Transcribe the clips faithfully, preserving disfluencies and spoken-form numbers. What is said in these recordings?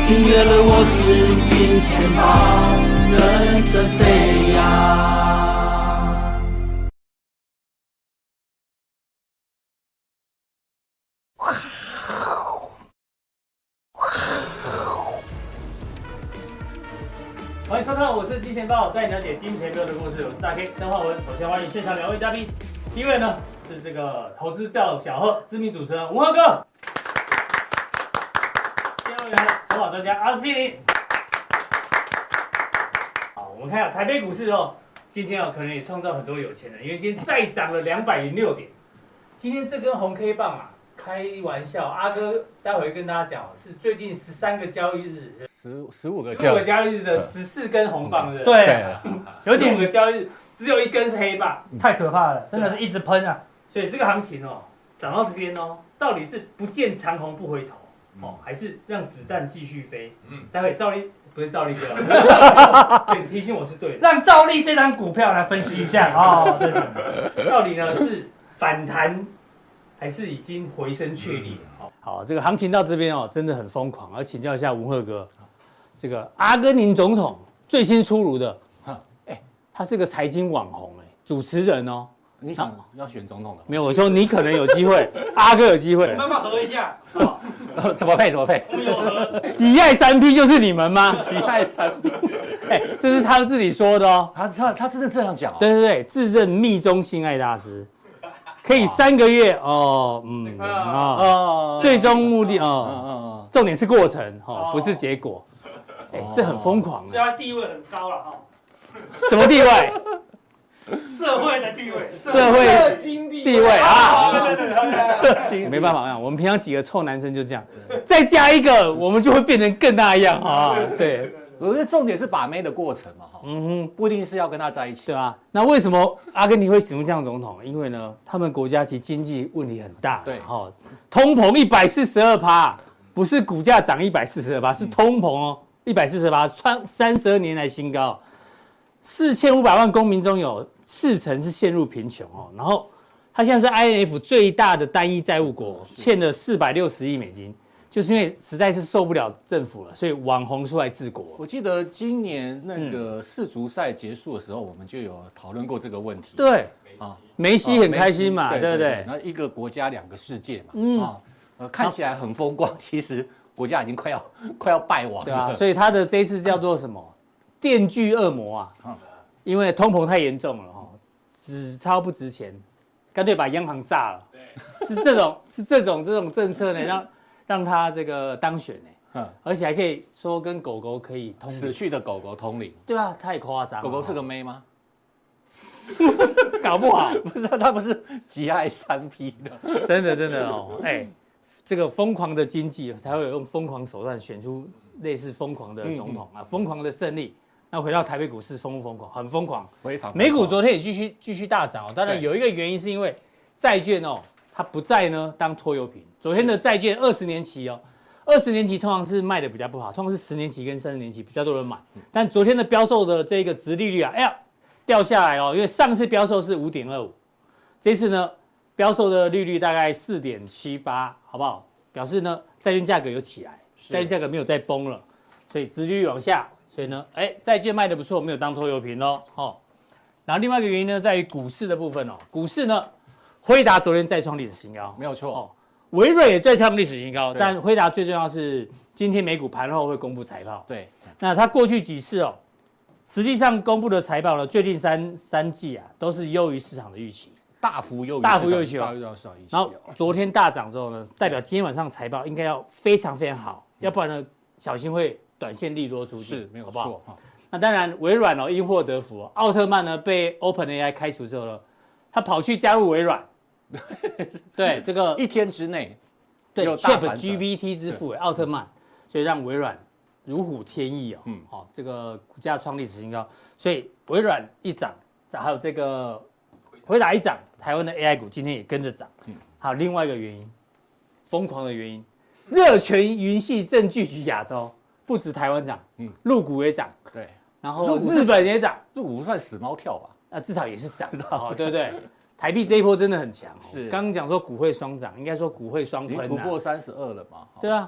订阅了我是金钱豹，人生飞扬。 欢迎收看，我是金钱豹，带你了解金钱豹的故事。我是大 K 曾焕文。首先欢迎现场两位嘉宾，第一位呢是这个投资教小贺知名主持人文赫哥，第二位呢筹码专家阿司匹林。好，我们看一下台北股市哦，今天哦可能也创造很多有钱人，因为今天再涨了两百零六点。今天这根红 K 棒啊，开玩笑，阿哥待会跟大家讲，是最近十三个交易日。 十十五个十五个交易日的十四根红棒是不是？ 对， 有点个交易日只有一根是黑棒， 太可怕了，真的是一直喷啊！ 所以这个行情哦，涨到这边哦，到底是不见长虹不回头哦，还是让子弹继续飞？嗯，待会赵力不是赵力哥，所以你提醒我是对的。 让赵力这张股票来分析一下哦，对的， 到底呢是反弹还是已经回升确立？好，好，这个行情到这边哦，真的很疯狂。而请教一下文赫哥。这个阿根廷总统最新出炉的，哎，他是个财经网红哎，主持人哦。 你想要选总统的？ 没有，我说你可能有机会，阿哥有机会。 慢慢合一下， 怎么配？怎么配？ 己爱三 P 就是你们吗？ 己爱三 P， 哎，这是他自己说的哦。 他他他真的这样讲哦？ 对对对，自认密宗性爱大师，可以三个月哦，嗯啊，最终目的哦，重点是过程哦，不是结果。哎，这很疯狂啊！ 所以他地位很高了哈。 什么地位？ 社会的地位， 社会地位啊！ 对对对对， 没办法，我们平常几个臭男生就这样，再加一个，我们就会变成更大样啊！对， 我觉得重点是把妹的过程嘛，哈，嗯哼，不一定是要跟他在一起， 对啊。那为什么阿根廷会选出这样的总统？因为呢，他们国家其实经济问题很大， 对， 哈，通膨一百四十二趴，不是股价涨一百四十二趴，是通膨哦。一百四十八，创三十二年来新高，四千五百万公民中有四成是陷入贫穷哦。然后，他现在是 I M F 最大的单一债务国，欠了四百六十亿美金，就是因为实在是受不了政府了，所以网红出来治国。 我记得今年那个世足赛结束的时候，我们就有讨论过这个问题。 对啊，梅西很开心嘛，对不对？ 那一个国家两个世界嘛，嗯啊，呃，看起来很风光，其实。国家已经快要快要败亡了， 对啊，所以他的这一次叫做什么？电锯恶魔啊，因为通膨太严重了哈，纸钞不值钱，干脆把央行炸了。是这种是这种这种政策呢，让让他这个当选呢，而且还可以说跟狗狗可以通灵， 死去的狗狗通灵。 对啊，太夸张了。 狗狗是个妹吗？ 搞不好不是，他不是极爱三 P 的， 真的真的哦，哎。这个疯狂的经济才会有用疯狂手段选出类似疯狂的总统啊，疯狂的胜利。那回到台北股市疯不疯狂？很疯狂，美股昨天也继续继续大涨哦。当然有一个原因是因为债券哦，它不再呢当拖油瓶。昨天的债券二十年期哦，二十年期通常是卖的比较不好，通常是十年期跟三十年期比较多人买。但昨天的标售的这个殖利率啊，哎呀掉下来哦，因为上次标售是五点二五，这次呢。标售的利率大概四点七八，好不好？表示呢，债券价格有起来，债券价格没有再崩了，所以殖利率往下，所以呢，哎，债券卖得不错，没有当拖油瓶喽，哦。然后另外一个原因呢，在于股市的部分哦，股市呢，辉达昨天再创历史新高， 没有错哦， 微软也再创历史新高，但辉达最重要是今天美股盘后会公布财报， 对， 那它过去几次哦，实际上公布的财报呢，最近三三季啊，都是优于市场的预期。 大幅优于大幅优于期， 然后昨天大涨之后呢，代表今天晚上财报应该要非常非常好，要不然呢，小心会短线利多出尽， 是没有错。 那当然，微软哦因祸得福，奥特曼呢被 OpenAI 开除之后呢，他跑去加入微软，对这个一天之内， 对 ChatGPT 之父奥特曼，所以让微软如虎添翼哦，嗯，哦这个股价创历史新高，所以微软一涨，还有这个。辉达一涨，台湾的 A I 股今天也跟着涨。嗯，还有另外一个原因，疯狂的原因，热泉云系正聚集亚洲，不止台湾涨，嗯，陆股也涨， 对， 然后日本也涨， 陆股算死猫跳吧？ 啊，至少也是涨的，哦，对不对？台币这一波真的很强， 是。 刚刚讲说股汇双涨，应该说股汇双喷， 突破三十二了嘛？ 对啊，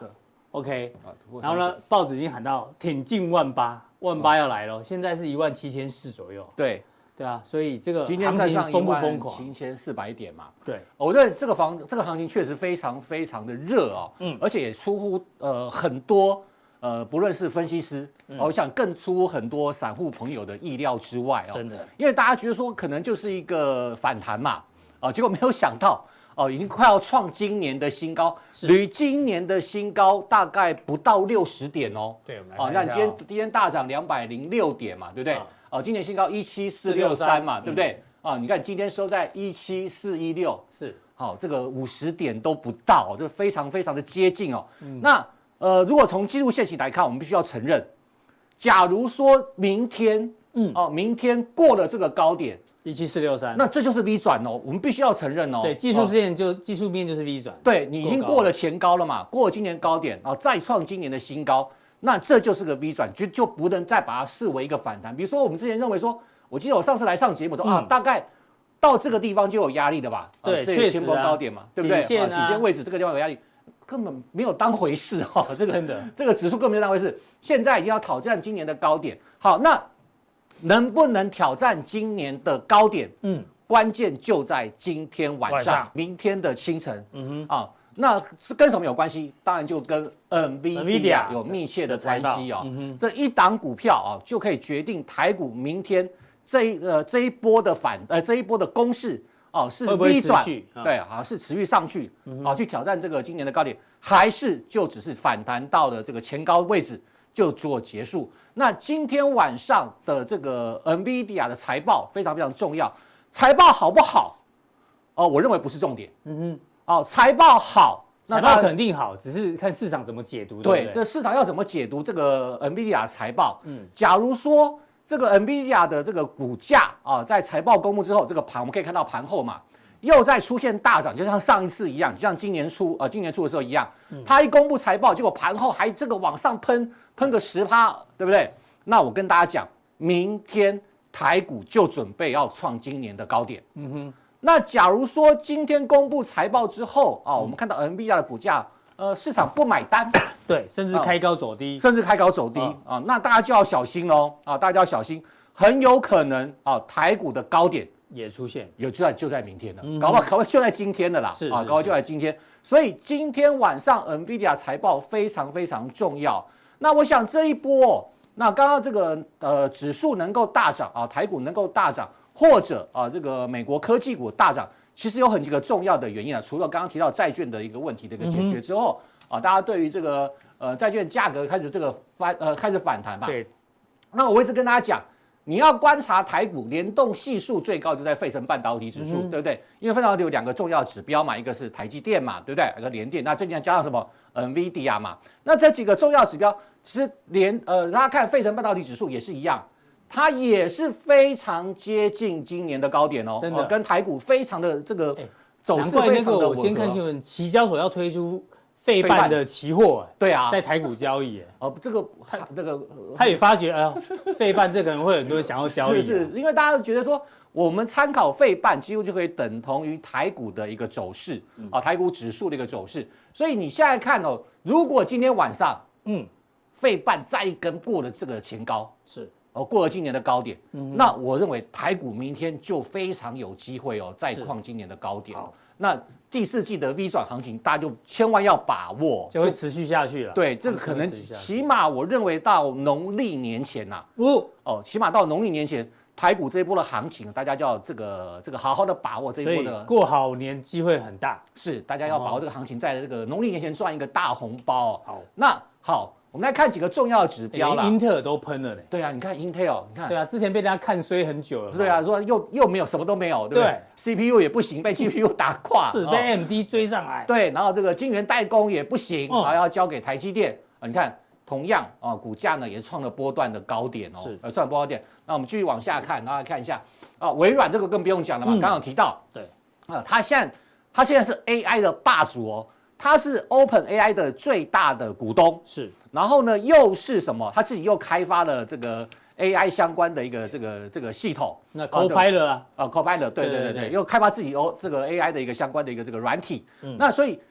OK， 然后呢，报纸已经喊到挺进万八，万八要来了，现在是一万七千四左右。 对对啊，所以这个今天再上疯不疯狂？ 七千四百点嘛。 对， 我认为这个房这个行情确实非常非常的热啊，嗯，而且也出乎呃很多呃不论是分析师，嗯、我想更出乎很多散户朋友的意料之外哦。 真的， 因为大家觉得说可能就是一个反弹嘛，啊，结果没有想到。哦，已经快要创今年的新高，离今年的新高大概不到六十点哦。 对，我们来哦，那今天今天大涨两百零六点嘛，对不对？哦、啊，今年新高一七四六三嘛，对不对？嗯、啊，你看今天收在一七四一六， 是， 好、哦，这个五十点都不到，这非常非常的接近哦。嗯、那呃，如果从技术线型来看，我们必须要承认，假如说明天，嗯，哦，明天过了这个高点。 一七四六三， 那这就是 V 转哦，我们必须要承认哦。 对，技术线就、哦、技术面就是 V 转。 对你已经过了前高了嘛，过了今年高点，然后再创今年的新高，那这就是个 V 转，就就不能再把它视为一个反弹。比如说我们之前认为说，我记得我上次来上节目说、嗯、啊，大概到这个地方就有压力了吧？ 对，确、 啊、实、啊、前波高点嘛，对不对？ 颈线、啊、 颈线位置这个地方有压力，根本没有当回事哈、哦。这个真的， 这个指数根本没有当回事。现在已经要挑战今年的高点，好，那能不能挑战今年的高点？嗯。关键就在今天晚上， 晚上明天的清晨。嗯哼，啊，那是跟什么有关系？当然就跟 N V D A 有密切的关系哦。嗯、这一档股票啊，就可以决定台股明天这一呃这一波的反呃这一波的攻势哦、啊、是 V 转，对啊，是持续上去啊，去挑战这个今年的高点，还是就只是反弹到了这个前高位置就做结束？那今天晚上的这个 N V D A 的财报非常非常重要。财报好不好？哦，我认为不是重点。嗯哼，哦，财报好， 财报肯定好，只是看市场怎么解读。对， 对，这市场要怎么解读这个 N V D A 财报？嗯，假如说这个 N V D A 的这个股价啊，在财报公布之后，这个盘我们可以看到盘后嘛，又再出现大涨，就像上一次一样，就像今年初呃今年初的时候一样，它一公布财报，结果盘后还这个往上喷喷个十趴，对不对？那我跟大家讲，明天。台股就准备要创今年的高点。嗯哼，那假如说今天公布财报之后啊，我们看到 N V D A 的股价，呃，市场不买单， 对，甚至开高走低， 啊、甚至开高走低、哦、啊，那大家就要小心喽啊，大家就要小心，很有可能啊，台股的高点也出现， 有就在就在明天了，嗯、搞不好搞不好就在今天了啦， 是啊，搞不好就在今天，所以今天晚上 N V D A 财报非常非常重要。那我想这一波。那刚刚这个呃指数能够大涨啊，台股能够大涨，或者啊这个美国科技股大涨，其实有很几个重要的原因啊。除了刚刚提到债券的一个问题的一个解决之后、嗯、啊，大家对于这个呃债券价格开始这个反呃开始反弹吧。 对。 那我一直跟大家讲，你要观察台股联动系数最高就在费城半导体指数，嗯、对不对？因为费城半导体有两个重要指标嘛，一个是台积电嘛，对不对？一个联电，那这边加上什么 N V D A 嘛，那这几个重要指标。其实连呃，大家看费城半导体指数也是一样，它也是非常接近今年的高点哦， 真的、 呃、跟台股非常的这个走势非常的吻合。难怪那个我今天看新闻，期交所要推出费半的期货， 对啊， 在台股交易， 哦，这个他这个他也发觉，呃，费半这可能会很多人想要交易、啊， 是是，因为大家都觉得说，我们参考费半几乎就可以等同于台股的一个走势、嗯、啊，台股指数的一个走势，所以你现在看哦，如果今天晚上，嗯。费半再一根过了这个前高， 是哦，过了今年的高点，嗯、那我认为台股明天就非常有机会哦，再创今年的高点。那第四季的 V 转行情，大家就千万要把握， 就会持续下去了。 对，这个可能起码我认为到农历年前呐、啊，哦哦，起码到农历年前，台股这一波的行情，大家就要这个这个好好的把握这一波的过好年，机会很大。 是，大家要把握这个行情，在这个农历年前赚一个大红包、哦。 好， 那好。我们来看几个重要的指标啦。 英特尔都喷了嘞。 对啊，你看 Intel， 你看。 对啊，之前被大家看衰很久了。 对啊，说又又没有什么都没有，对不对？对 C P U 也不行，被 G P U 打垮。 是被 A M D 追上来。 对，然后这个晶圆代工也不行，然后要交给台积电。啊，你看，同样啊，股价呢也创了波段的高点哦， 是， 呃，创波段点。那我们继续往下看，大家看一下啊，微软这个更不用讲了嘛，刚刚有提到。 对。 啊，它现在它现在是 A I 的霸主哦。它是 Open A I 的最大的股东， 是， 然后呢，又是什么？他自己又开发了这个 A I 相关的一个这个这个系统， 那 Copilot 啊， 啊 Copilot， 对对对对，又开发自己哦这个 A I 的一个相关的一个这个软体，嗯、那所以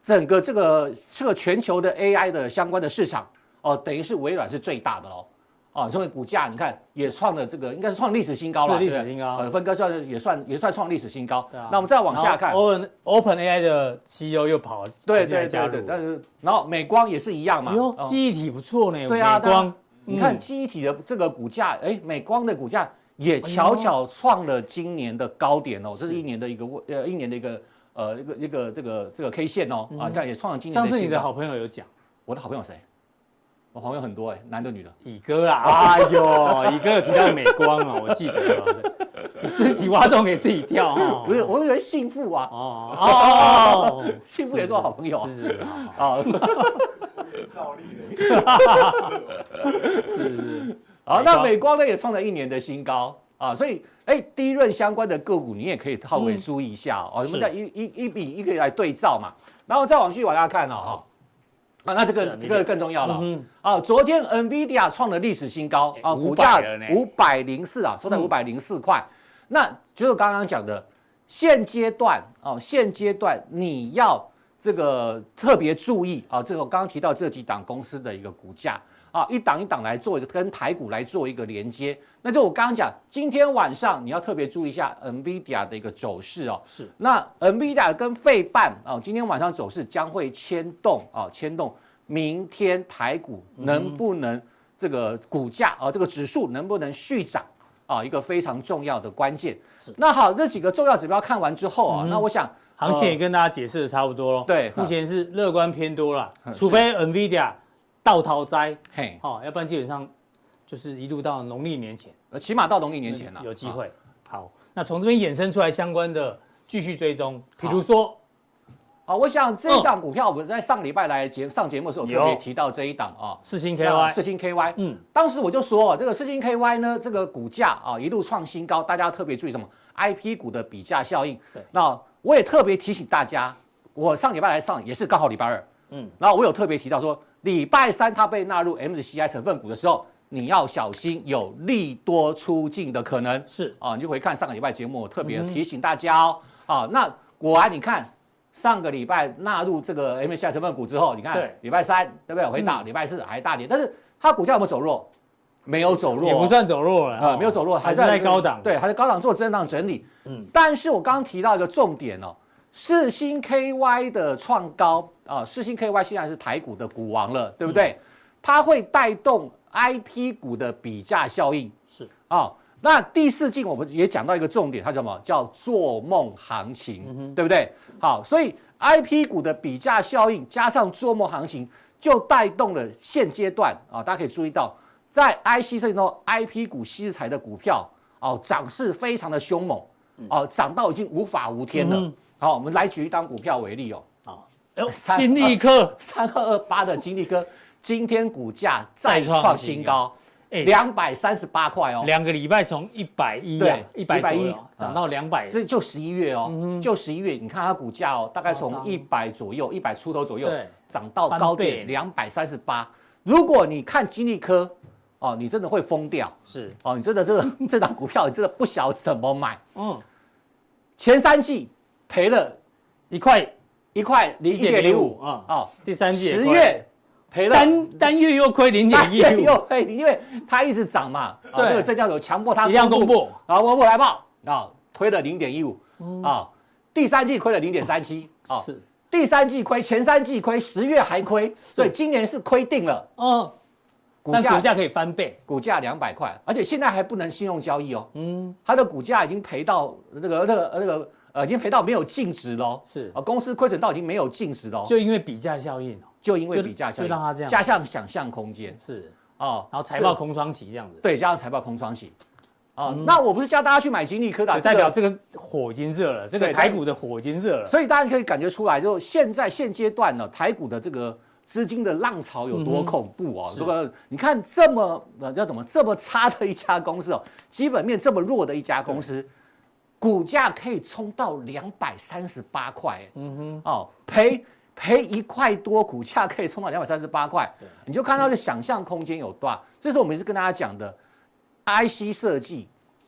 整个这个这个全球的 A I 的相关的市场哦，等于是微软是最大的喽。哦，所以股价你看也创了这个，应该是创历史新高了， 是历史新高。 呃，分割算也算也算创历史新高。啊、那我们再往下看 ，Open Open A I 的 C E O 又跑， 对对对对，但是然后美光也是一样嘛。 哟，记忆体不错呢。 对啊， 美光， 你看记忆体的这个股价，哎，美光的股价也悄悄创了今年的高点哦，这是一年的一个呃一年的一个呃一个一个这个这个 K 线哦，啊，你看也创了今年。 上次你的好朋友有讲， 我的好朋友谁？我朋友很多哎，男的女的。 乙哥啦，哎呦，乙哥有提到美光哦，我记得了，你自己挖洞给自己跳哈。 不是，我以为幸福啊。 哦哦， 幸福也做好朋友啊。 是是好。 照例的。 是是。 好，那美光呢也创了一年的新高啊，所以哎，低润相关的个股你也可以稍微注意一下哦。我们在一一一比一个来对照嘛，然后再往续往下看哦哈。啊，那这个这个更重要了、嗯、啊！昨天 Nvidia 创了历史新高啊，股价五百零四啊，收在五百零四块。那就是刚刚讲的，现阶段啊，现阶段你要这个特别注意啊，这个我刚刚提到这几档公司的一个股价啊，一档一档来做一个跟台股来做一个连接。那就我刚刚讲，今天晚上你要特别注意一下 Nvidia 的一个走势哦。 是。 那 Nvidia 跟费半啊，今天晚上走势将会牵动啊，牵动明天台股能不能这个股价啊，这个指数能不能续涨啊，一个非常重要的关键。那好，这几个重要指标看完之后啊，嗯、那我想航线也跟大家解释的差不多了。 对， 目前是乐观偏多了，除非 Nvidia 倒逃灾，嘿，哦，要不然基本上就是一路到农历年前， 呃，起码到农历年前了， 有机会。好，那从这边衍生出来相关的继续追踪，比如说。 啊，我想这一档股票，我们在上礼拜来节上节目的时候特别提到这一档啊， 世芯 K Y， 世芯 K Y， 嗯，当时我就说，这个世芯 K Y 呢，这个股价啊一路创新高，大家要特别注意什么 I P 股的比价效应。对，那我也特别提醒大家，我上礼拜来上也是刚好礼拜二，嗯，然后我有特别提到说，礼拜三它被纳入 M S C I 成分股的时候，你要小心有利多出尽的可能。 是啊， 你就回看上个礼拜节目，我特别提醒大家哦。啊，那果然你看。上个礼拜纳入这个 M S C I 成分股之后，你看礼拜三对不对？回档，礼拜四还大跌，但是它股价有没有走弱？没有走弱， 也不算走弱了啊，没有走弱， 还是在高档， 对，还在高档做震荡整理。嗯，但是我刚刚提到一个重点哦，世芯 K Y 的创高啊，世芯 K Y 现在是台股的股王了，对不对？它会带动 I P 股的比价效应， 是啊。那第四季我们也讲到一个重点，它叫什么？叫做梦行情，嗯、对不对？好，所以 I P 股的比价效应加上做梦行情，就带动了现阶段啊，大家可以注意到，在 I C 设计中 ，I P 股稀材的股票哦，涨势非常的凶猛，哦，涨到已经无法无天了。嗯、好，我们来举一档股票为例哦， 好，金利科三二二八的金利科，今天股价再创新高。两百三十八块哦， 两个礼拜从一百一对一百一涨到两百， 这就十一月哦，嗯、就十一月，你看它股价哦，大概从一百左右，一百出头左右，涨到高点两百三十八。如果你看金利科哦，你真的会疯掉， 是哦，你真的这个这档股票你真的不晓得怎么买。嗯，前三季赔了一块一块零一点零五啊，哦，第三季十月。赔了单单月又亏零点一五， 又亏，因为它一直涨嘛，啊，这个证交所强迫它一定要公布， 啊，公布来报啊，亏了零点一五，啊，第三季亏了零点三七，啊，是第三季亏，前三季亏，十月还亏，所以今年是亏定了，嗯， 但股价可以翻倍， 股价两百块，而且现在还不能信用交易哦，嗯，它的股价已经赔到这个这个这个呃，已经赔到没有净值了， 是啊，公司亏损到已经没有净值了， 就因为比价效应哦。 就因为比价效应， 就让它这样加上想象空间是哦，然后财报空窗期这样子， 对，加上财报空窗期，哦，嗯、那我不是教大家去买金利科的， 代表这个火已经热了，这个台股的火已经热了， 所以大家可以感觉出来，就现在现阶段呢，台股的这个资金的浪潮有多恐怖哦。这个你看这么呃叫怎么这么差的一家公司哦，基本面这么弱的一家公司，股价可以冲到两百三十八块，嗯哼，哦赔。赔一块多，股价可以冲到两百三十八块，你就看到这想象空间有多大。这是我们一直跟大家讲的 ，I C 设计跟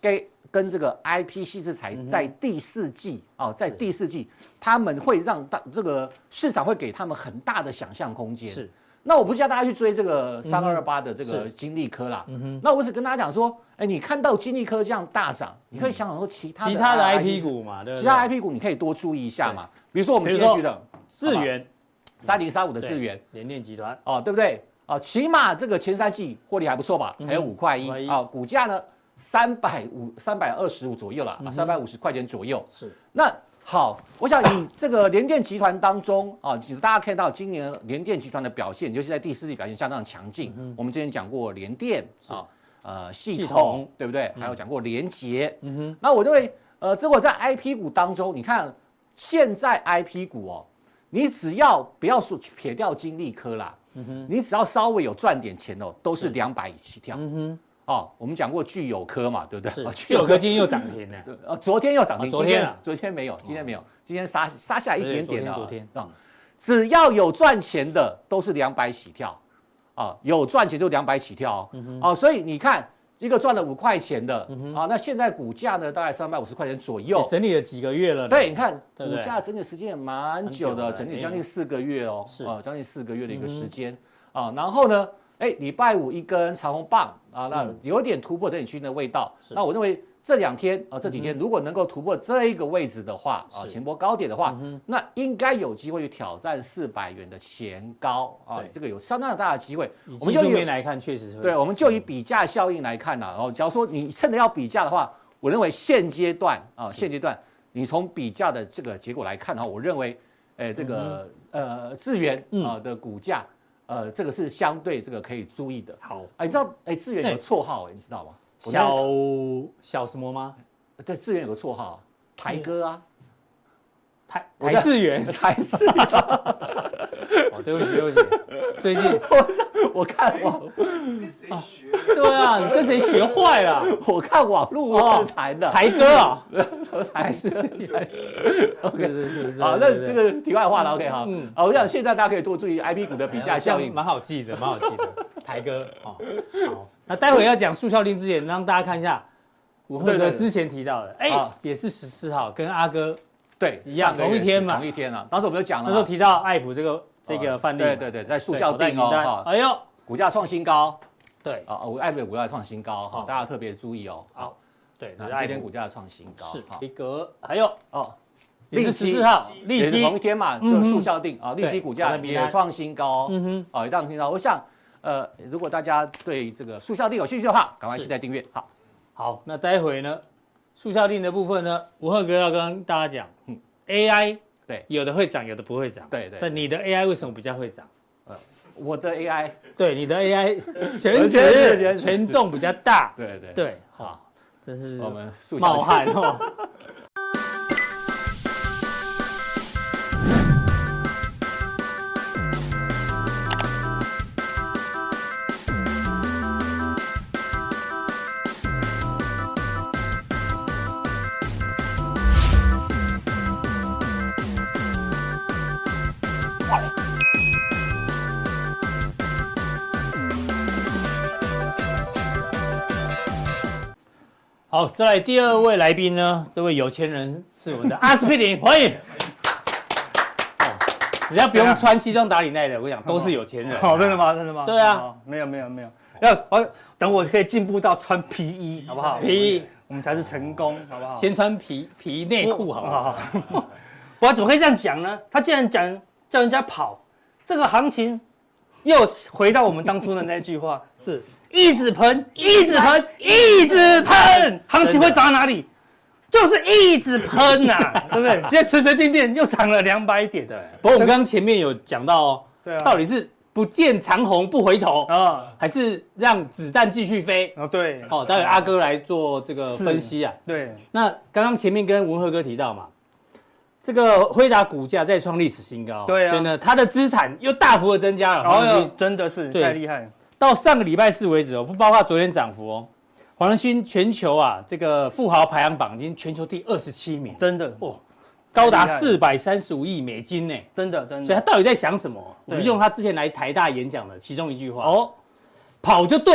跟这个 I P 矽智财在第四季啊、哦，在第四季，他们会让大这个市场会给他们很大的想象空间。 是。那我不是叫大家去追这个三二二八的这个金利科啦，嗯、那我只跟大家讲说，哎，你看到金利科这样大涨，你可以想想说其他的其他的 I P 股嘛，对不对？ 其他 I P 股你可以多注意一下嘛，比如说我们今天举的智原三零三五的智原， 联电集团哦，对不对？哦，起码这个前三季获利还不错吧，还有五块一啊，股价呢三百五三百二十五左右了，三百五十块钱左右。 是那。 好，我想以这个联电集团当中啊，大家看到今年联电集团的表现，尤其在第四季表现相当强劲。嗯、我们之前讲过联电啊，呃，系统对不对？嗯、还有讲过联捷。嗯哼。那我认为，呃，如果在 I P 股当中，你看现在 I P 股哦，你只要不要说撇掉金利科啦，嗯哼，你只要稍微有赚点钱哦，都是两百起跳。嗯哼。哦，我们讲过聚友科嘛，对不对？ 聚友科今天又涨停了， 呃，昨天又涨停， 昨天啊， 昨天没有，今天没有，今天杀杀下来一点点的。 昨天， 啊，只要有赚钱的都是两百起跳，啊，有赚钱就两百起跳哦，哦，所以你看一个赚了五块钱的，啊，那现在股价呢大概三百五十块钱左右， 整理了几个月了。 对，你看股价整理时间也蛮久的，整理将近四个月哦， 是啊，将近四个月的一个时间啊，然后呢？哎，礼拜五一根长红棒啊，那有点突破整理区的味道。那我认为这两天啊，这几天如果能够突破这一个位置的话啊，前波高点的话，那应该有机会去挑战四百元的前高啊，这个有相当大的机会。 我们就以来看，确实是。 对，我们就以比价效应来看呐，然后假如说你趁着要比价的话，我认为现阶段啊，现阶段你从比价的这个结果来看的话，我认为，哎，这个呃智原啊的股价。呃，这个是相对这个可以注意的。 好， 哎，你知道，哎，智原有个绰号，哎，你知道吗？ 小小什么吗？ 对，智原有个绰号，台哥啊， 台台智原， 台智原。 哦，对不起，对不起，最近我我看网， 跟谁学？ 对啊，你跟谁学坏了？ 我看网络台的台哥啊， 台是台是 ，OK， 是是是。好，那这个题外话了 ，OK 好。嗯。啊，我想现在大家可以多注意 I P 股的比价效应， 蛮好记的，蛮好记的。台哥，哦，好。那待会要讲速效定之前，让大家看一下文赫哥之前提到的，哎，也是十四号，跟阿哥对一样，同一天嘛， 同一天啊。当时我们就讲了， 那时候提到爱普这个这个范例， 对对对，在速效定哦， 哎呦， 股价创新高。 对啊，我爱普股价创新高，哈，大家特别注意哦。 好，对， 那今天股价创新高， 是一格，还有哦， 也是十四号，利基同一天嘛，就速效定啊，利基股价也创新高，嗯哼，啊，也创新高。我想，呃，如果大家对这个速效定有兴趣的话，赶快期待订阅。好， 好，那待会呢，速效定的部分呢，文赫哥要跟大家讲，嗯 ，A I 对， 有的会涨，有的不会涨， 对对。 但你的 A I 为什么比较会涨？ 我的 A I 对你的 A I 权值权重比较大， 对对对，好，真是我们冒汗哦。好，再来第二位来宾呢，这位有钱人是我们的阿司匹林，欢迎。哦，只要不用穿西装打领带的，我跟你讲都是有钱人。 好，真的吗？真的吗？ 对啊， 没有没有没有，要哦，等我可以进步到穿皮衣，好不好？ 皮衣， 我们才是成功，好不好？ 先穿皮皮内裤，好不好？ 我怎么可以这样讲呢？他既然讲叫人家跑，这个行情又回到我们当初的那句话， 是。 一直喷，一直喷，一直喷，行情会涨到哪里？就是一直喷呐、啊，对不对？现在随随便便又涨了两百点。 对，不过我们刚刚前面有讲到哦，对啊，到底是不见长虹不回头啊、哦，还是让子弹继续飞？ 哦，对， 哦，待会阿哥来做这个分析啊。 对， 那刚刚前面跟文赫哥提到嘛，这个辉达股价再创历史新高， 对啊， 所以呢，它的资产又大幅的增加了， 哦哟，真的是太厉害了。 到上个礼拜四为止哦，不包括昨天涨幅哦，黄仁勋全球啊这个富豪排行榜已经全球第二十七名， 真的哦，高达四百三十五亿美金呢， 真的真的。 所以他到底在想什么？我们用他之前来台大演讲的其中一句话哦，跑就对了，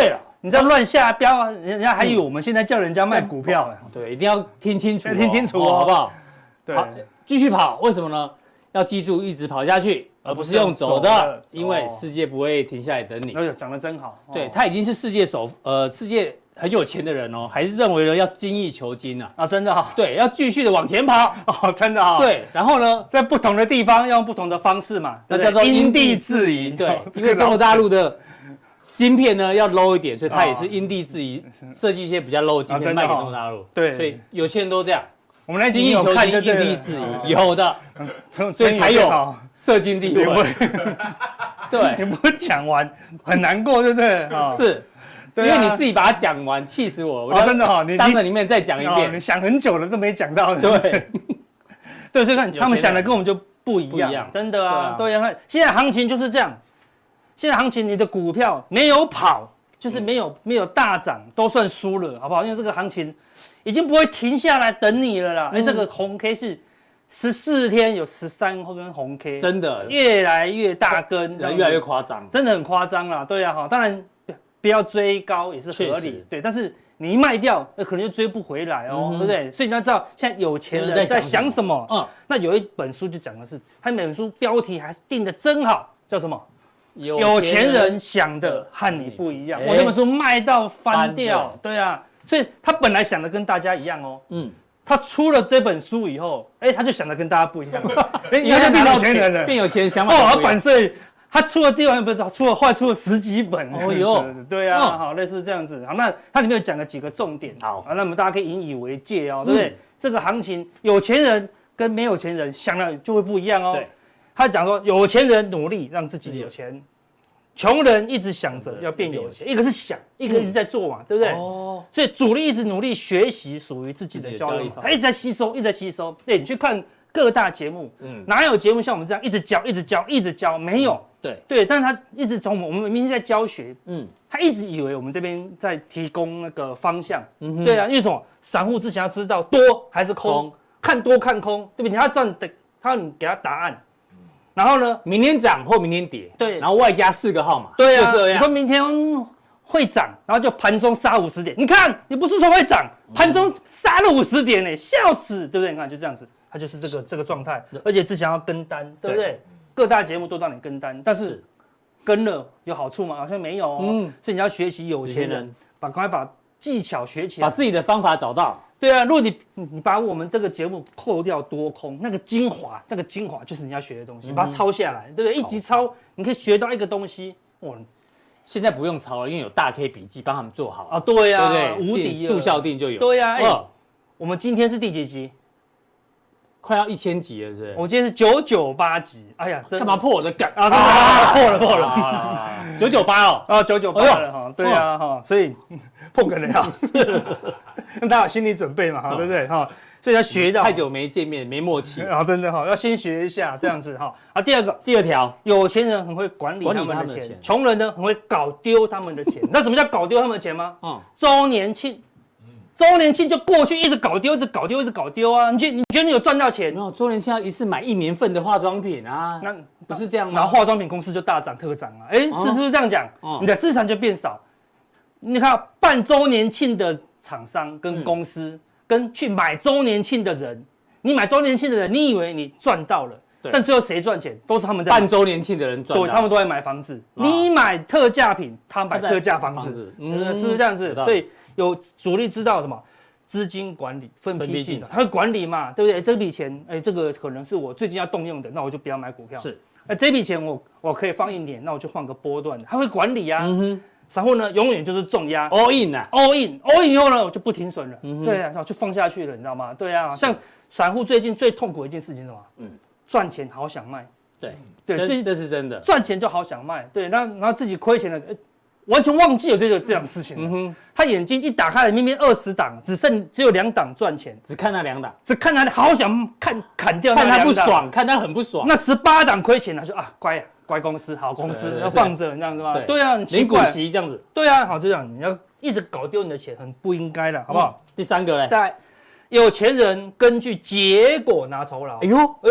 你这样乱下标，人家还以为我们现在叫人家卖股票哎。 对，一定要听清楚， 听清楚哦， 好不好？ 对， 继续跑，为什么呢？要记住，一直跑下去，而不是用走的，因为世界不会停下来等你。 哎呦，讲得真好。 对，他已经是世界首呃世界很有钱的人哦，还是认为呢要精益求精啊。 啊，真的哈。 对，要继续的往前跑。 哦，真的哈。 对，然后呢， 在不同的地方用不同的方式嘛， 那叫做因地制宜。 对，因为中国大陆的晶片呢要 low 一点，所以它也是因地制宜，设计一些比较 low 的晶片卖给中国大陆。 对， 所以有些人都这样。 我们来精益求精，因地制宜，有的，所以才有社经地位。对， 你不讲完很难过，对不对？ 是，因为你自己把它讲完，气死我！我真的哈，你当着里面再讲一遍， 你想很久了都没讲到。 对， 对，所以看他们想的跟我们就不一样，真的啊，对啊。现在行情就是这样，现在行情你的股票没有跑，就是没有没有大涨，都算输了，好不好？因为这个行情已经不会停下来等你了啦。哎，这个红 K 是十四天有十三根红 K， 真的越来越大根， 越来越夸张， 真的很夸张啦。对啊，哈，当然不要追高也是合理，对，但是你一卖掉，那可能就追不回来哦，对不对？所以你要知道，现在有钱人在想什么。嗯，那有一本书就讲的是，他那本书标题还是定的真好，叫什么？有钱人想的和你不一样。我那本书卖到翻掉，对啊。所以他本来想的跟大家一样哦，嗯，他出了这本书以后，哎，他就想的跟大家不一样，哎，因为他变有钱人了， 变有钱想法哦，版税，他出了第二本不是出了，后来出了十几本，哦哟，对啊，好，类似这样子，好，那它里面有讲了几个重点，好，那么大家可以引以为戒哦，对不对？这个行情，有钱人跟没有钱人想的就会不一样哦，对，他讲说有钱人努力让自己有钱。穷人一直想着要变有钱，一个是想，一个一直在做嘛，对不对？哦，所以主力一直努力学习属于自己的交易法，他一直在吸收，一直在吸收。对，你去看各大节目，嗯，哪有节目像我们这样一直教、一直教、一直教？没有，对对，但是他一直从我们明明在教学，嗯，他一直以为我们这边在提供那个方向，嗯，对啊，因为什么？散户之前要知道多还是空，看多看空，对不对？你要知道你的，他要你给他答案。然后呢？ 明天涨或明天跌， 对， 然后外加四个号码， 对啊，你说明天会涨，然后就盘中杀五十点，你看你不是说会涨，盘中杀了五十点呢，笑死，对不对？你看就这样子，它就是这个这个状态，而且只想要跟单，对不对？各大节目都让你跟单，但是跟了有好处吗？好像没有哦。嗯，所以你要学习有钱人，把赶快把技巧学起来， 把自己的方法找到。 对啊，如果你你把我们这个节目扣掉多空，那个精华，那个精华就是你要学的东西，把它抄下来，对不对？一集抄，你可以学到一个东西。哇， 现在不用抄了，因为有大 K 笔记帮他们做好啊。对啊， 对不对？无敌速效定就有。 对啊，哎，我们今天是第几集？ 快要一千集了，是不是？ 我今天是九九八集。哎呀， 干嘛破我的梗啊？破了破了， 九九八哦， 啊九九八了哈。对啊哈，所以破梗的要是，让大家有心理准备嘛，哈，对不对哈？所以要学到。 太久没见面，没默契啊，真的哈，要先学一下这样子哈。啊，第二个， 第二条， 有钱人很会管理他们的钱，穷人呢很会搞丢他们的钱。你知道什么叫搞丢他们的钱吗？嗯，周年庆。周年庆就过去，一直搞丢，一直搞丢，一直搞丢啊！你觉你觉得你有赚到钱？ 没有，周年庆要一次买一年份的化妆品啊，那不是这样吗？ 然后化妆品公司就大涨特涨啊，哎，是不是这样讲？你的市场就变少。你看办周年庆的厂商跟公司，跟去买周年庆的人，你买周年庆的人，你以为你赚到了，但最后谁赚钱？都是他们在办周年庆的人赚到， 对，他们都在买房子。你买特价品，他买特价房子，是不是这样子？所以。有主力知道什么资金管理、分批进场，他会管理嘛，对不对？这笔钱，哎，这个可能是我最近要动用的，那我就不要买股票。是，哎，这笔钱我我可以放一年，那我就换个波段的，他会管理啊。嗯哼。散户呢，永远就是重压 ，all in 啊 ，all in，all in 以后呢，我就不停损了。嗯对啊，然后就放下去了，你知道吗？对啊，像散户最近最痛苦的一件事情是什么？嗯，赚钱好想卖。 对对，这这是真的。 赚钱就好想卖，对，那然后自己亏钱了。完全忘记有这个这样的事情了。嗯哼，他眼睛一打开来，明明二十档，只剩只有两档赚钱， 只看那两档， 只看他好想看砍掉那两档，看他不爽，看他很不爽。 那十八档亏钱了，就啊乖乖公司好公司要放着，这样子吗？对啊， 零股息这样子。 对啊，好就这样，你要一直搞丢你的钱，很不应该的，好不好？ 第三个嘞， 在有钱人根据结果拿酬劳。哎呦哎呦，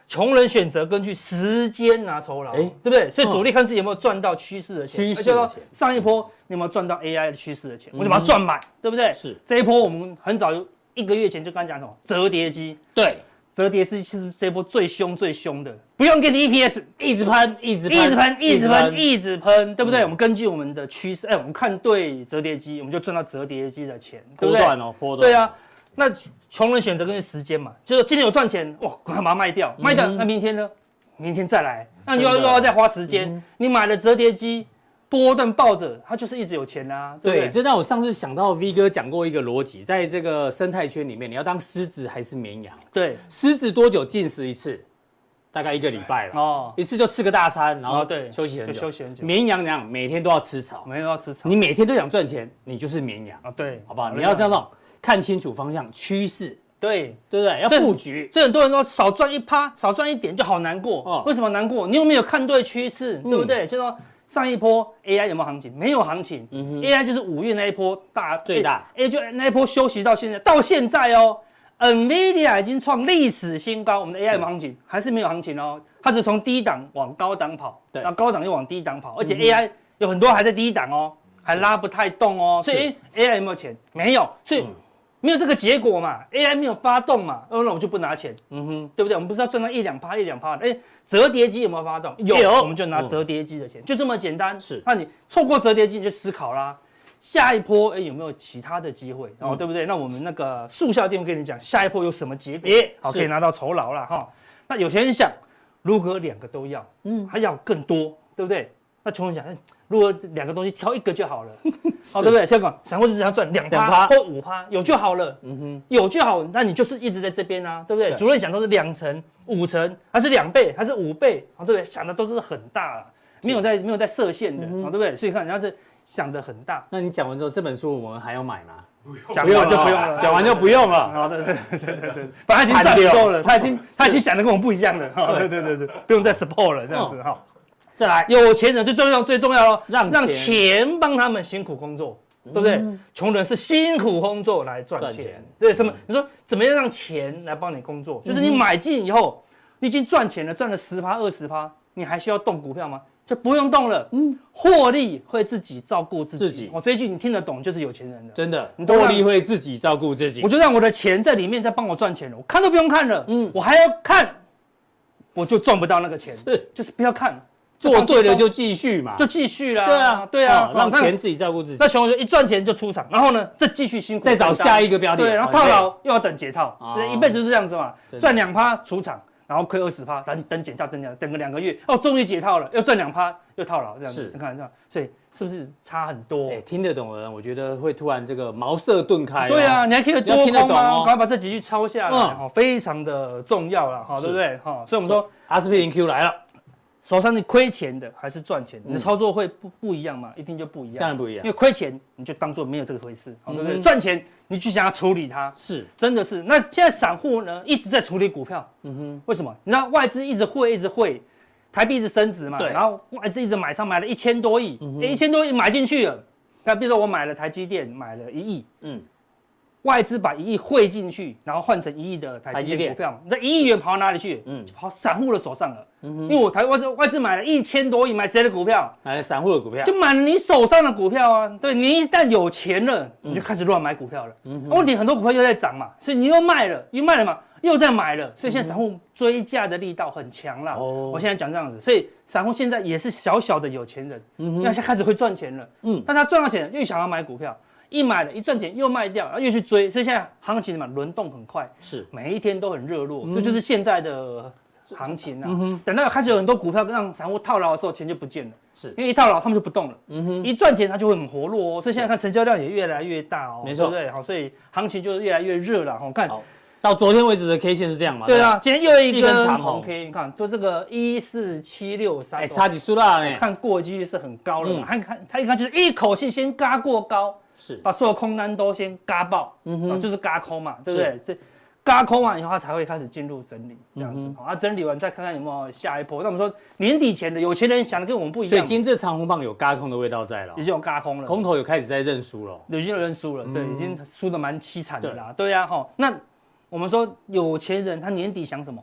穷人选择根据时间拿酬劳，对不对？所以主力看自己有没有赚到趋势的钱， 趋势的钱。 上一波你有没有赚到 A I 的趋势的钱？我就把它赚满，对不对？ 是。 这一波我们很早一个月前就刚讲什么折叠机， 对， 折叠机是这一波最凶最凶的，不用给你 E P S， 一直喷，一直一直喷，一直喷，一直喷，对不对？我们根据我们的趋势，哎，我们看对折叠机，我们就赚到折叠机的钱，对不对？ 波段哦，波段。 对啊。那穷人选择跟时间嘛，就是今天有赚钱，哇，赶快把它卖掉，卖掉，那明天呢？明天再来，那你又又要再花时间。你买了折叠机，波段抱着，它就是一直有钱啊，对不对？ 这让我上次想到 V 哥讲过一个逻辑，在这个生态圈里面，你要当狮子还是绵羊？ 对， 狮子多久进食一次？大概一个礼拜了，哦，一次就吃个大餐，然后对休息很久， 休息很久。 绵羊那样，每天都要吃草， 每天都要吃草。 你每天都想赚钱，你就是绵羊啊， 对， 好不好？你要这样看清楚方向、趋势， 对， 对不对？要布局。 所以很多人说少赚一趴，少赚一点就好难过。哦，为什么难过？你有没有看对趋势，对不对？就说上一波 A I 有没有行情？没有行情。嗯 A I 就是五月那一波大最大 ，A 就那一波休息到现在，到现在哦 ，NVIDIA 已经创历史新高，我们的 A I 有没有行情？还是没有行情哦。它是从低档往高档跑，那高档又往低档跑，而且 A I 有很多还在低档哦，还拉不太动哦。所以 A I 有没有钱？没有，所以没有这个结果嘛 ，A I 没有发动嘛，那我就不拿钱，嗯哼，对不对？我们不是要赚到一两趴一两趴的，哎，折叠机有没有发动？有，我们就拿折叠机的钱，就这么简单。是，那你错过折叠机，你就思考啦，下一波哎有没有其他的机会？然后对不对？那我们那个速效店会跟你讲，下一波有什么结果？好，可以拿到酬劳了哈。那有些人想。如果两个都要，嗯，还要更多，对不对？那穷人想，如果两个东西挑一个就好了，哦，对不对？香港散户只想赚两趴或五趴，有就好了，嗯哼，有就好，那你就是一直在这边啊，对不对？对主任想都是两成、五成，还是两倍，还是五倍，哦，对不对？想的都是很大了，没有在没有在设限的，哦，对不对？所以看人家是想的很大。 那你讲完之后，这本书我们还要买吗？ 讲完就不用了， 讲完就不用了。 好的，对对对对，他已经赚够了，他已经他已经想的跟我们不一样了。对对对对，不用再 support 了，这样子哈。再来，有钱人最重要最重要哦，让让钱帮他们辛苦工作，对不对？穷人是辛苦工作来赚钱，对什么？你说怎么样让钱来帮你工作？就是你买进以后，你已经赚钱了，赚了十趴二十趴，你还需要动股票吗？就不用动了，嗯，获利会自己照顾自己。自己，哦，这一句你听得懂，就是有钱人了。 真的，获利会自己照顾自己。 我就让我的钱在里面在帮我赚钱了，我看都不用看了，嗯，我还要看，我就赚不到那个钱。 是， 就是不要看， 做对了就继续嘛， 就继续啦。 对啊， 对啊， 让钱自己照顾自己。 那熊人一赚钱就出场，然后呢，再继续辛苦， 再找下一个标的。 对，然后套牢又要等解套，一辈子是这样子嘛，赚两趴出场。然后亏二十趴，等等解套，等等等个两个月，哦，终于解套了，又赚两趴，又套牢，这样子，你看这样，所以是不是差很多？ 哎，听得懂的人，我觉得会突然这个茅塞顿开。 对啊，你还可以多空吗？赶快把这几句抄下来，哈，非常的重要了，哈，对不对？哈，所以我们说阿司匹林 Q 来了。 手上你亏钱的还是赚钱，你的操作会不不一样吗？一定就不一样， 当然不一样。 因为亏钱你就当做没有这个回事，对不对？赚钱你去想要处理它， 是， 真的是。那现在散户呢一直在处理股票，嗯哼，为什么？你知道外资一直汇一直汇，台币一直升值嘛，然后外资一直买上买了一千多亿，一千多亿买进去了。那比如说我买了台积电，买了一亿，嗯。外资把一亿汇进去，然后换成一亿的台积电股票，你这一亿元跑到哪里去？嗯，跑散户的手上了。嗯，因为我台外资外资买了一千多亿，买谁的股票？ 买了散户的股票， 就买了你手上的股票啊。对，你一旦有钱了，你就开始乱买股票了。嗯，问题很多股票又在涨嘛，所以你又卖了，又卖了嘛，又在买了，所以现在散户追价的力道很强了。哦，我现在讲这样子，所以散户现在也是小小的有钱人，嗯，那现在开始会赚钱了。嗯，但他赚到钱又想要买股票。一买了，一赚钱又卖掉，然后又去追，所以现在行情嘛轮动很快，是每一天都很热络，这就是现在的行情啊。等到开始有很多股票让散户套牢的时候，钱就不见了，是因为一套牢他们就不动了。一赚钱它就会很活络哦，所以现在看成交量也越来越大哦，没错，对不对？好，所以行情就越来越热了。好，看到昨天为止的 K 线是这样嘛？ 对啊，今天又一根长红 K， 你看，就这个一四七六三， 哎，差几数啦？哎， 看过几率是很高的嘛，看看他一看就是一口气先嘎过高。是把所有空单都先嘎爆，嗯哼，就是嘎空嘛，对不对？这嘎空完以后，它才会开始进入整理这样子。好，啊，整理完再看看有没有下一波。那我们说年底前的有钱人想的跟我们不一样， 所以今天这长红棒有嘎空的味道在了， 已经有嘎空了， 空头有开始在认输了， 已经有认输了，对，已经输的蛮凄惨的啦，对呀，哈。那我们说有钱人他年底想什么？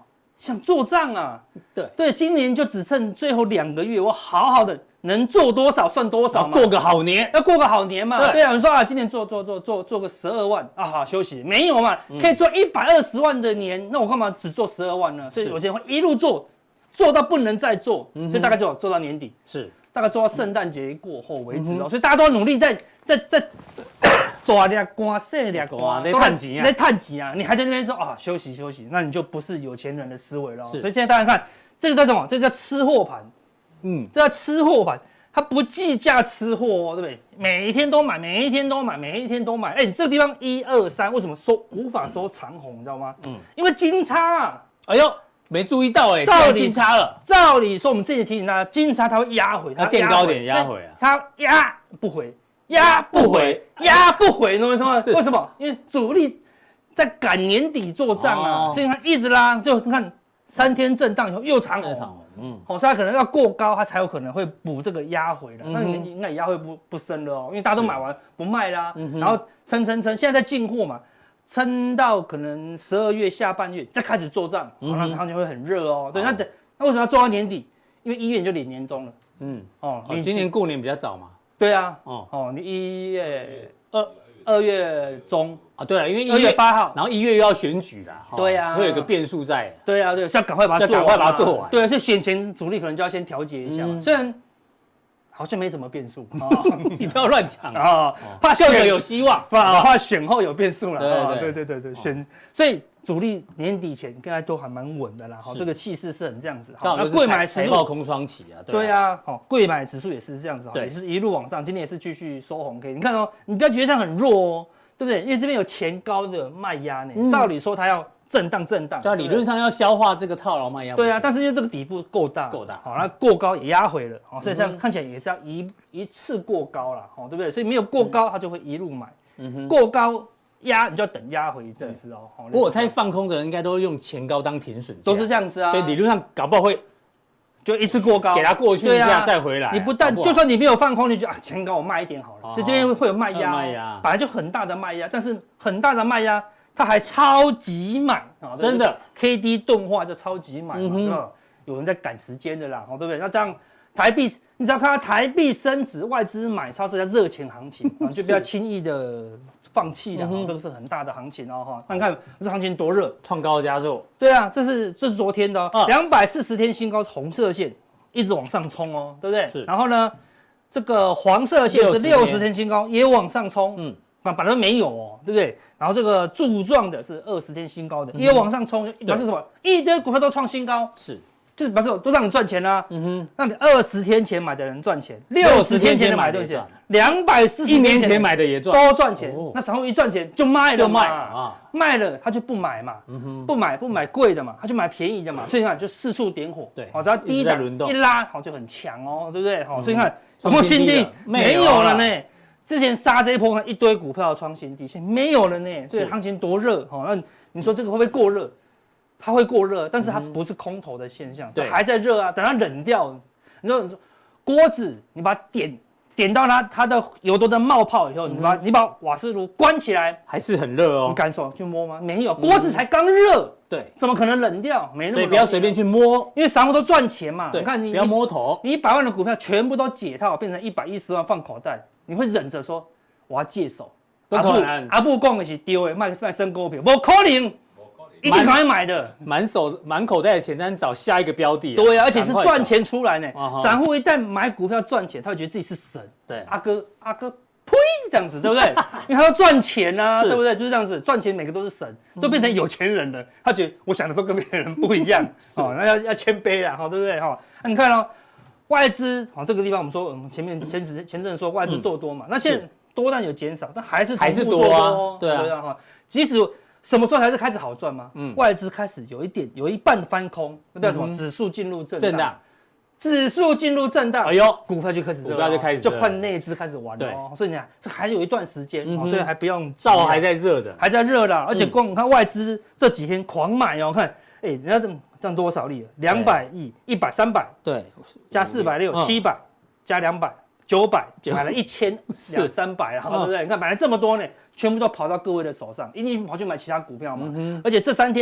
想做账啊。 对对，今年就只剩最后两个月，我好好的能做多少算多少嘛， 过个好年， 要过个好年嘛。 对, 对啊，你说啊，今年做做做做做个十二万啊，好休息，没有嘛，可以做一百二十万的年，那我干嘛只做十二万呢？所以有些人会一路做，做到不能再做，嗯、所以大概就做到年底， 是大概做到圣诞节过后为止哦。嗯、所以大家都要努力在在在。大粒瓜小粒瓜， 在探钱啊， 在探钱啊！你还在那边说啊休息休息，那你就不是有钱人的思维了。 所以现在大家看，这个叫什么？这叫吃货盘。嗯，这叫吃货盘，它不计价吃货哦，对不对？每一天都买，每一天都买，每一天都买。哎，你这个地方一二三，为什么收无法收长红？你知道吗？嗯，因为金叉啊。 哎呦，没注意到哎， 照理金叉了。 照理说，我们之前提醒大家，金叉它会压回， 它见高点压回啊， 它压不回。压不回，压不回，懂我意思吗？为什么？因为主力在赶年底做账啊，哦、所以它一直拉，就看三天震荡以后又长红，嗯，好、哦，所以它可能要过高，它才有可能会补这个压回了。嗯、那你应该也压回不不深了哦，因为大家都买完不卖啦，嗯、然后撑撑撑，现在在进货嘛，撑到可能十二月下半月再开始做账，嗯、那行情会很热哦。对，那等那为什么要做到年底？因为一月你就领年终了，嗯， 哦，哦今年过年比较早嘛。 对啊，哦哦，你一月二二月中啊，对了，因为二月八号， 然后一月又要选举啦， 对啊， 会有一个变数在。 对啊，对，所以要赶快把它做完， 赶快把它做完。 对，所以选前主力可能就要先调节一下，虽然好像没什么变数， 你不要乱讲啊，怕各个有希望， 怕怕选后有变数了。 对对对对对，选所以。主力年底前应该都还蛮稳的啦，好，这个气势是很这样子。 好，那贵买财报空窗期啊， 对啊，好，贵买指数也是这样子，也是一路往上，今天也是继续收红 K。你看哦，你不要觉得这样很弱哦，对不对？因为这边有前高的卖压呢，照理说它要震荡震荡， 对，理论上要消化这个套牢卖压。 对啊，但是因为这个底部够大， 够大， 好，那过高也压回了，好，所以这样看起来也是要一一次过高了，好，对不对？所以没有过高，它就会一路买，过高。压你就要等压回一阵子哦。 不过我猜放空的人应该都用前高当停损， 都是这样子啊。 所以理论上搞不好会就一次过高， 给它过去一下再回来。 你不但就算你没有放空，你就啊前高我卖一点好了。所以这边会有卖压，卖压本来就很大的卖压，但是很大的卖压它还超级买啊， 真的 K D 钝化就超级买嘛，有人在赶时间的啦，对不对？那这样台币，你只要看到台币升值，外资买超是叫热钱行情啊，就不要轻易的。放弃的，嗯、这个是很大的行情哦哈。那你看这行情多热， 创高加速。 对啊，这是这是昨天的哦，两百四十天新高，红色线一直往上冲哦，对不对？是。然后呢，这个黄色线是六十天新高，也往上冲。嗯，那本来没有哦，对不对？然后这个柱状的是二十天新高的，也往上冲，表示什么？一堆股票都创新高。 是。 就是表示都让你赚钱啦、啊，嗯哼，那你二十天前买的人赚钱，六十天前的买的钱，两百四十一年前买的也赚， 都赚钱。哦、那散户一赚钱就卖了嘛，啊、卖了他就不买嘛，嗯、哼不买不买贵的嘛，他就买便宜的嘛。所以你看就四处点火， 对， 好，只要第一档一拉，好就很强哦，对不对？好、嗯，所以你看有没有新低？没有了呢。之前杀这一波一堆股票创新低，现在没有了呢。对，行情多热，好，那你说这个会不会过热？它会过热，但是它不是空头的现象，对、嗯，还在热啊。等它冷掉，你说锅子，你把它点点到它它的油都在冒泡以后，嗯、你把你把瓦斯炉关起来， 还是很热哦。 你敢手去摸吗？没有，锅子才刚热，嗯、对，怎么可能冷掉？没那么。 所以不要随便去摸， 因为散户都赚钱嘛。你看你不要摸头， 你一百万的股票全部都解套，变成一百一十万放口袋，你会忍着说我要戒手？ 不可能， 阿布讲的是丢的，卖卖生股票，不可能。一定赶快买的， 满手满口袋的钱，但找下一个标的、啊。 对啊，而且是赚钱出来呢。散户一旦买股票赚钱，他会觉得自己是神。 对， 阿哥阿哥，呸，这样子对不对？因为他要赚钱啊，对不对？就是这样子，赚钱每个都是神，都变成有钱人了。他觉得我想的都跟别人不一样，哦，那要要谦卑啊，哈，对不对？哈，那你看哦，外资，好，这个地方我们说，我们前面前前前阵说外资做多嘛，那现在多单有减少，但还是还是多啊，对啊， 哈，即使。什么时候才是开始好赚吗？嗯，外资开始有一点有一半翻空，那叫什么？指数进入震荡。震荡，指数进入震荡。哎呦，股票就开始热， 股票就开始就换内资开始玩了哦。所以你看，这还有一段时间，所以还不用照还在热的， 还在热啦。而且光你看外资这几天狂买哦，看，哎，人家这涨多少力了？两百亿、一百、三百， 对， 加四百六、七百，加两百。九百买了一千两三百啊，对不对？你看买了这么多呢，全部都跑到各位的手上，一定跑去买其他股票嘛。嗯、而且这三天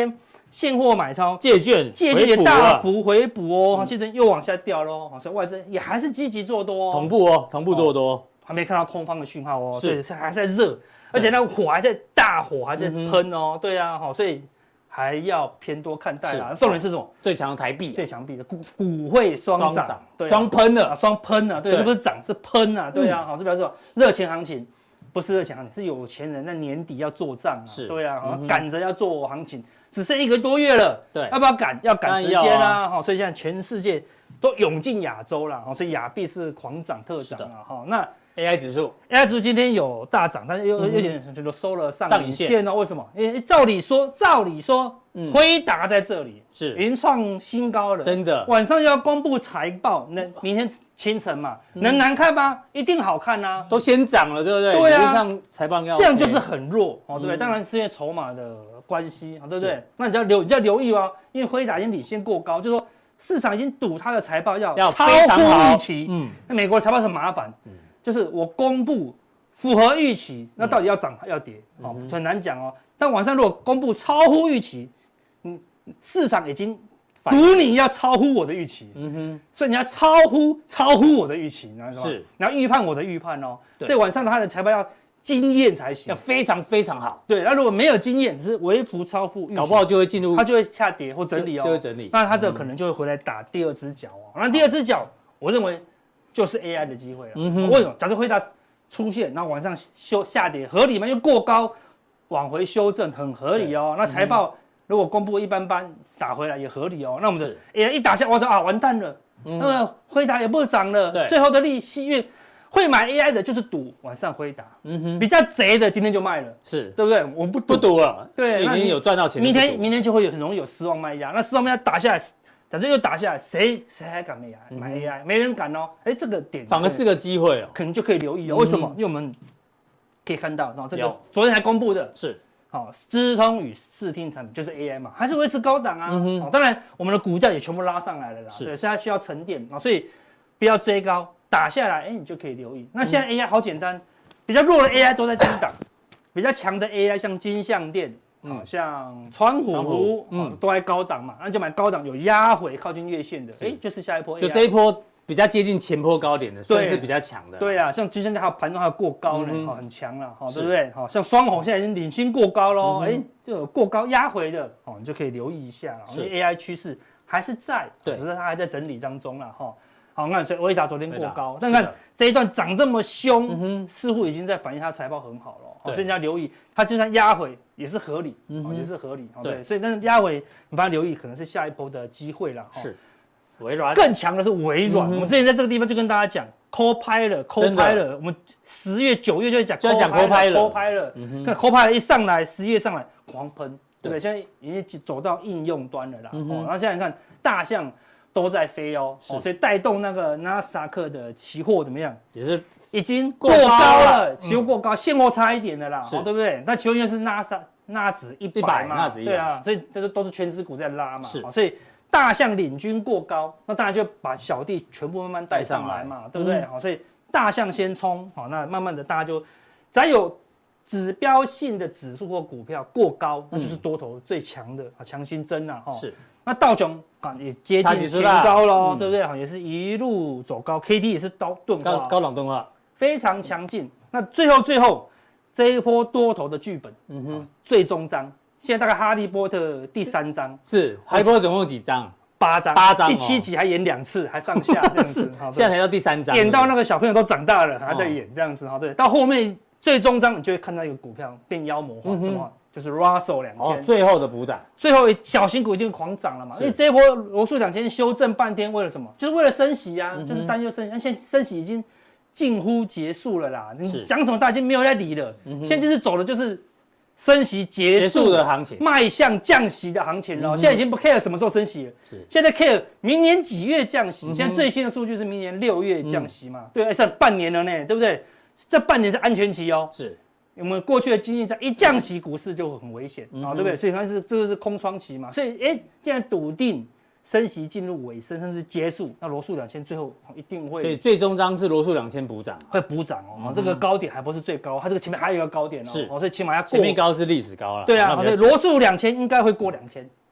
现货买超， 借券借券也大幅回补哦，现在又往下掉喽，所以外资也还是积极做多哦， 同步哦，同步做多， 还没看到空方的讯号哦，所以还在热，而且那个火还在大火还在喷哦，对啊，好，所以还要偏多看待啦。重点是什么？ 最强的台币， 最强币的股股汇双涨， 双喷了， 双喷了，对，这不是涨是喷啊，对啊，好，是表示热钱行情。不是热钱行情，是有钱人在年底要做账啊，是，对啊，赶着要做行情，只剩一个多月了，对，要不要赶？要赶时间啊，哈，所以现在全世界都涌进亚洲了，所以亚币是狂涨特涨啊，哈，那 A I 指数 ，A I 指数今天有大涨，但是又有点觉得收了上影线哦，为什么？因为照理说，照理说，辉达在这里是已经创新高了， 真的， 晚上又要公布财报，那明天清晨嘛，能难看吗？一定好看啊！ 都先涨了，对不对？ 对啊， 上财报要这样就是很弱哦，对不对？当然是因为筹码的关系，对不对？那你要留，你要留意哦，因为辉达已经领先过高，就是说市场已经赌它的财报要超乎预期。嗯，那美国的财报很麻烦，就是我公布符合预期，那到底要涨要跌？哦，很难讲哦。但晚上如果公布超乎预期，嗯，市场已经赌你要超乎我的预期，嗯哼，所以你要超乎超乎我的预期，是，你要预判我的预判哦。所以晚上它的财报要惊艳才行， 要非常非常好。 对，那如果没有惊艳，只是微幅超乎预期， 搞不好就会进入， 它就会下跌或整理哦， 就会整理。 那它的可能就会回来打第二只脚哦。那第二只脚，我认为就是 A I 的机会了。嗯哼，为什么？假设辉达出现，然后晚上修下跌，合理吗？又过高，往回修正，很合理哦。那财报如果公布一般般，打回来也合理哦。那我们的 A I 一打下，我说啊，完蛋了，那个辉达也不涨了。最后的利息，因为会买 A I 的就是赌晚上辉达，嗯哼，比较贼的今天就卖了，是对不对？我们不不赌了， 对， 已经有赚到钱。 明天明天就会有很容易有失望卖压，那失望卖压打下来。假设又打下来，谁谁还敢买 A I？ 买 A I， 没人敢哦。哎，这个点反而是个机会哦， 可能就可以留意哦。为什么？因为我们可以看到，这个昨天才公布的是，好，资通与视听产品就是 A I 嘛，还是维持高档啊。哦，当然我们的股价也全部拉上来了啦，对，所以它需要沉淀啊，所以不要追高，打下来，哎，你就可以留意。那现在 A I 好简单，比较弱的 A I 都在低档，比较强的 A I 像金像电。嗯，像川湖，嗯，都在高档嘛，那就买高档有压回靠近月线的，哎，就是下一波 A I， 就这一波比较接近前波高点的，算是比较强的。 对啊，像金像电还有盘中还有过高呢，哈，很强了，哈，对不对？好，像双红现在已经领先过高喽，哎，就有过高压回的，哦，你就可以留意一下，因为 A I 趋势还是在，只是它还在整理当中了，哈。好，那所以威达昨天过高，但看这一段涨这么凶，似乎已经在反映它财报很好了，所以你要留意，它就算压回也是合理，也是合理，对，所以但是压回你把它留意，可能是下一波的机会了， 是微软更强的是微软，我们之前在这个地方就跟大家讲 Copilot，Copilot， 我们十月九月就讲 Copilot，Copilot， 看 Copilot 一上来，十一月上来狂喷，对不对？现在已经走到应用端了啦，然后现在你看大象。都在飞哦，哦，所以带动那个纳斯达克的期货怎么样？ 也是已经过高了，期货过高，现货差一点的啦，对不对？那期货因为是纳斯纳指一百嘛，对啊，所以这都是全指股在拉嘛，是，所以大象领军过高，那当然就把小弟全部慢慢带上来嘛，对不对？好，所以大象先冲，好，那慢慢的大家就，只要有指标性的指数或股票过高，那就是多头最强的啊，强心针啊，哈，是。那道琼啊也接近前高喽，对不对？好，也是一路走高 ，K D 也是高钝化， 高档钝化， 非常强劲。那最后最后这一波多头的剧本，嗯哼，最终章，现在大概哈利波特第三章是哈利波特总共几章？ 八章， 八章， 第七集还演两次，还上下这样子， 现在才到第三章， 演到那个小朋友都长大了还在演这样子，哈，对，到后面最终章你就会看到一个股票变妖魔化，什么？就是 Russell 两千， 最后的补涨， 最后小型股一定狂涨了嘛？因为这一波罗素两千修正半天，为了什么？就是为了升息啊，就是担忧升息。那现在升息已经近乎结束了啦，你讲什么大家已经没有在理了。现在就是走的就是升息结束的行情， 迈向降息的行情了。现在已经不 care 什么时候升息了，现在 care 明年几月降息。现在最新的数据是明年六月降息嘛？对，哎，剩半年了呢，对不对？这半年是安全期哦。是。我们过去的经验在一降息，股市就很危险啊，对不对？所以它是这个是空窗期嘛，所以哎，既然笃定升息进入尾声甚至结束，那罗素两千最后一定会， 所以最终章是罗素两千补涨， 会补涨哦。嗯、这个高点还不是最高，它这个前面还有一个高点哦，是，所以起码要过。 前面高是历史高了。 对啊，所以罗素两千应该会过两千。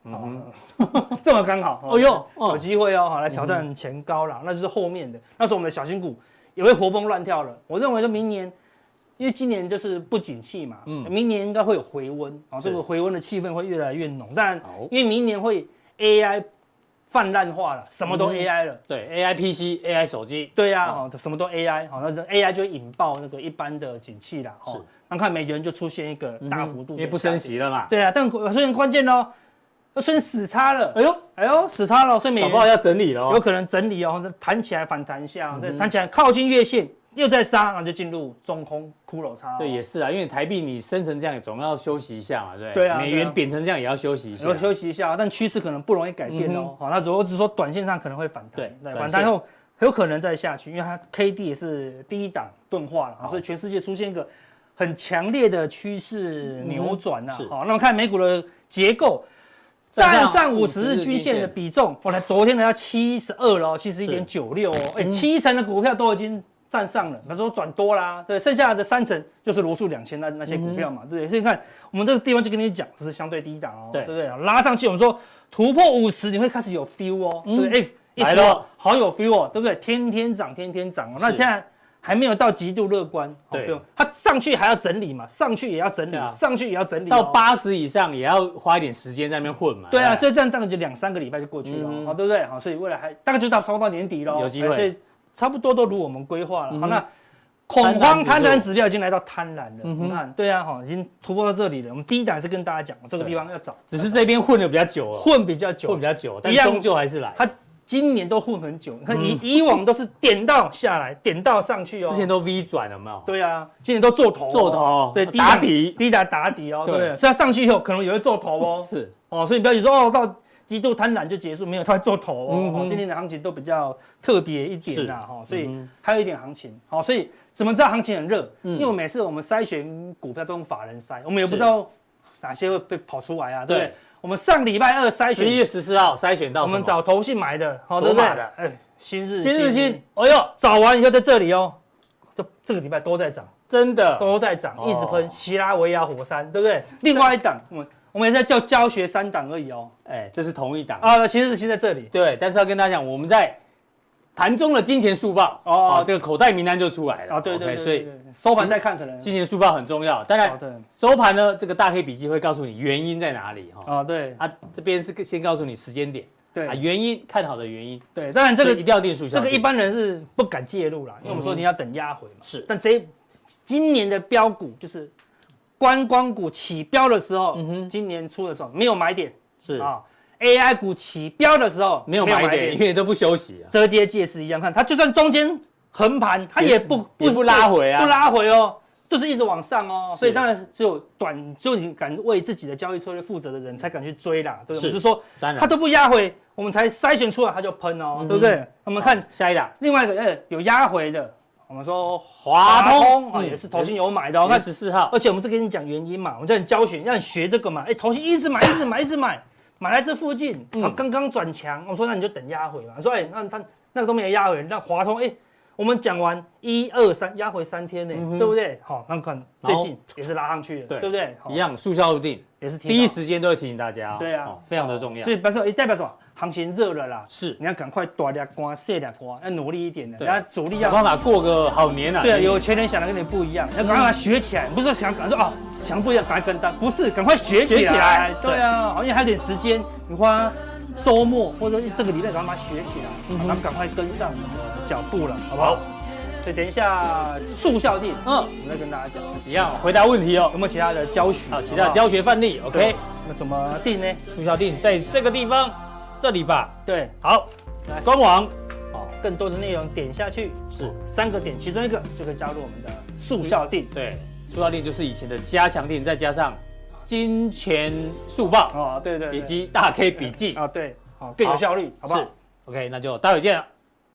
嗯，这么刚好， 哦哟， 有机会哦，好来挑战前高啦，那就是后面的，那时候我们的小型股也会活蹦乱跳了。我认为说明年，因为今年就是不景气嘛，嗯，明年应该会有回温，啊，这个回温的气氛会越来越浓。当然，因为明年会 A I 泛滥化了，什么都 A I 了， 对 A I P C、A I 手机， 对呀，哈，什么都 A I， 好，那这 A I 就会引爆那个一般的景气啦，是。那看美元就出现一个大幅度， 因为不升息了嘛。 对啊，但出现关键喽，要出现死叉了。哎呦，哎呦，死叉了，所以美元搞不好要整理了， 有可能整理哦，弹起来反弹一下，再弹起来靠近月线，又再杀，然后就进入中空骷髅叉。 对，也是啊，因为台币你升成这样，总要休息一下嘛，对。 对啊， 美元贬成这样也要休息一下， 要休息一下，但趋势可能不容易改变哦。好，那只我只说短线上可能会反弹，对，反弹后很有可能再下去，因为它 K D 也是低档钝化了，所以全世界出现一个很强烈的趋势扭转呐。好，那么看美股的结构，站上五十日均线的比重，后来昨天呢要七十二了，七十一点九六哦，哎，七成的股票都已经站上了，那时候转多啦，对，剩下的三成就是罗素两千那那些股票嘛，对不对？所以你看我们这个地方就跟你讲，这是相对低档哦，对不对？拉上去我们说突破五十，你会开始有 feel 哦，对不对？哎，来了，好有 feel 哦，对不对？天天涨，天天涨哦，那现在还没有到极度乐观，对，它上去还要整理嘛，上去也要整理，上去也要整理， 到八十以上也要花一点时间在那边混嘛。 对啊，所以这样大概就两三个礼拜就过去了，好，对不对？好，所以未来还大概就到差不多到年底咯， 有机会， 所以差不多都如我们规划了。好，那恐慌贪婪指标已经来到贪婪了，你看，对啊，哈，已经突破到这里了。我们第一档是跟大家讲，这个地方要找， 只是这边混的比较久， 混比较久， 混比较久，但终究还是来。 它今年都混很久，你看以以往都是点到下来，点到上去哦。 之前都 V 转了没有？ 对啊，今年都做头， 做头， 对， 打底， 低打打底哦，对，所以它上去以后可能也会做头哦。 是哦，所以你不要说哦到极度贪婪就结束，没有，它会做头哦。今年的行情都比较特别一点啦，哈，所以还有一点行情。好，所以怎么知道行情很热？因为每次我们筛选股票都用法人筛，我们也不知道哪些会被跑出来啊，对不对？我们上礼拜二筛选， 十一月十四号筛选到， 我们找投信买的，好，对不对？哎，新日新日新，哎呦， 找完以后在这里哦，就这个礼拜都在涨， 真的都在涨，一直喷，希拉维亚火山，对不对？另外一档，我们我们也在叫教学三档而已哦， 哎，这是同一档啊，新日新在这里， 对，但是要跟大家讲，我们在盘中的金钱速报哦，这个口袋名单就出来了啊，对对对， 所以收盘再看可能金钱速报很重要。当然，收盘呢，这个大 K 笔记会告诉你原因在哪里哈。 啊，对， 啊这边是先告诉你时间点，对啊，原因看好的原因， 对，当然这个一定要定速效， 这个一般人是不敢介入啦，因为我们说你要等压回嘛。 是， 但这今年的标股就是观光股起标的时候，今年初的时候没有买点， 是啊。 A I 股起标的时候没有买点，因为都不休息啊。 折叠机也是一样，看它就算中间横盘，它也不也不拉回啊， 不拉回哦，就是一直往上哦。所以当然是只有短，就你敢为自己的交易策略负责的人才敢去追啦，对不对？就是说它都不压回，我们才筛选出来它就喷哦，对不对？我们看下一档， 另外一个呃有压回的，我们说华通啊也是投信有买的， 看十四号， 而且我们是跟你讲原因嘛，我们叫你教学，让你学这个嘛，哎，投信一直买，一直买，一直买。买在这附近，它刚刚转强，我说那你就等压回嘛。我说哎，那他那个都没有压回，那华通哎，我们讲完一二三压回三天呢，对不对？好，那看最近也是拉上去了，对不对？ 一样速效定也是第一时间都会提醒大家， 对啊， 非常的重要。 所以表示代表什么？行情热了啦， 是你要赶快大粒瓜、小粒瓜，要努力一点的，然后主力要想办法过个好年啊。 对啊，有钱人想的跟你不一样，要赶快学起来，不是说想赶说哦。想不一样，赶快跟单，不是赶快学起来。对啊，好像还有点时间，你花周末或者这个礼拜赶快学起来，然后赶快跟上脚步了，好不好？所以等一下速效定，嗯，我再跟大家讲一样回答问题哦。 有没有其他的教学？ 好，其他的教学范例 ，OK？ 那怎么定呢？ 速效定在这个地方，这里吧。 对， 好，来官网， 好，更多的内容点下去是三个点，其中一个就可以加入我们的速效定。 对。速效定就是以前的加强定，再加上金钱速报哦，对对， 以及大 K 笔记啊，对，好更有效率，好不好？ 是 ，OK， 那就待会见了。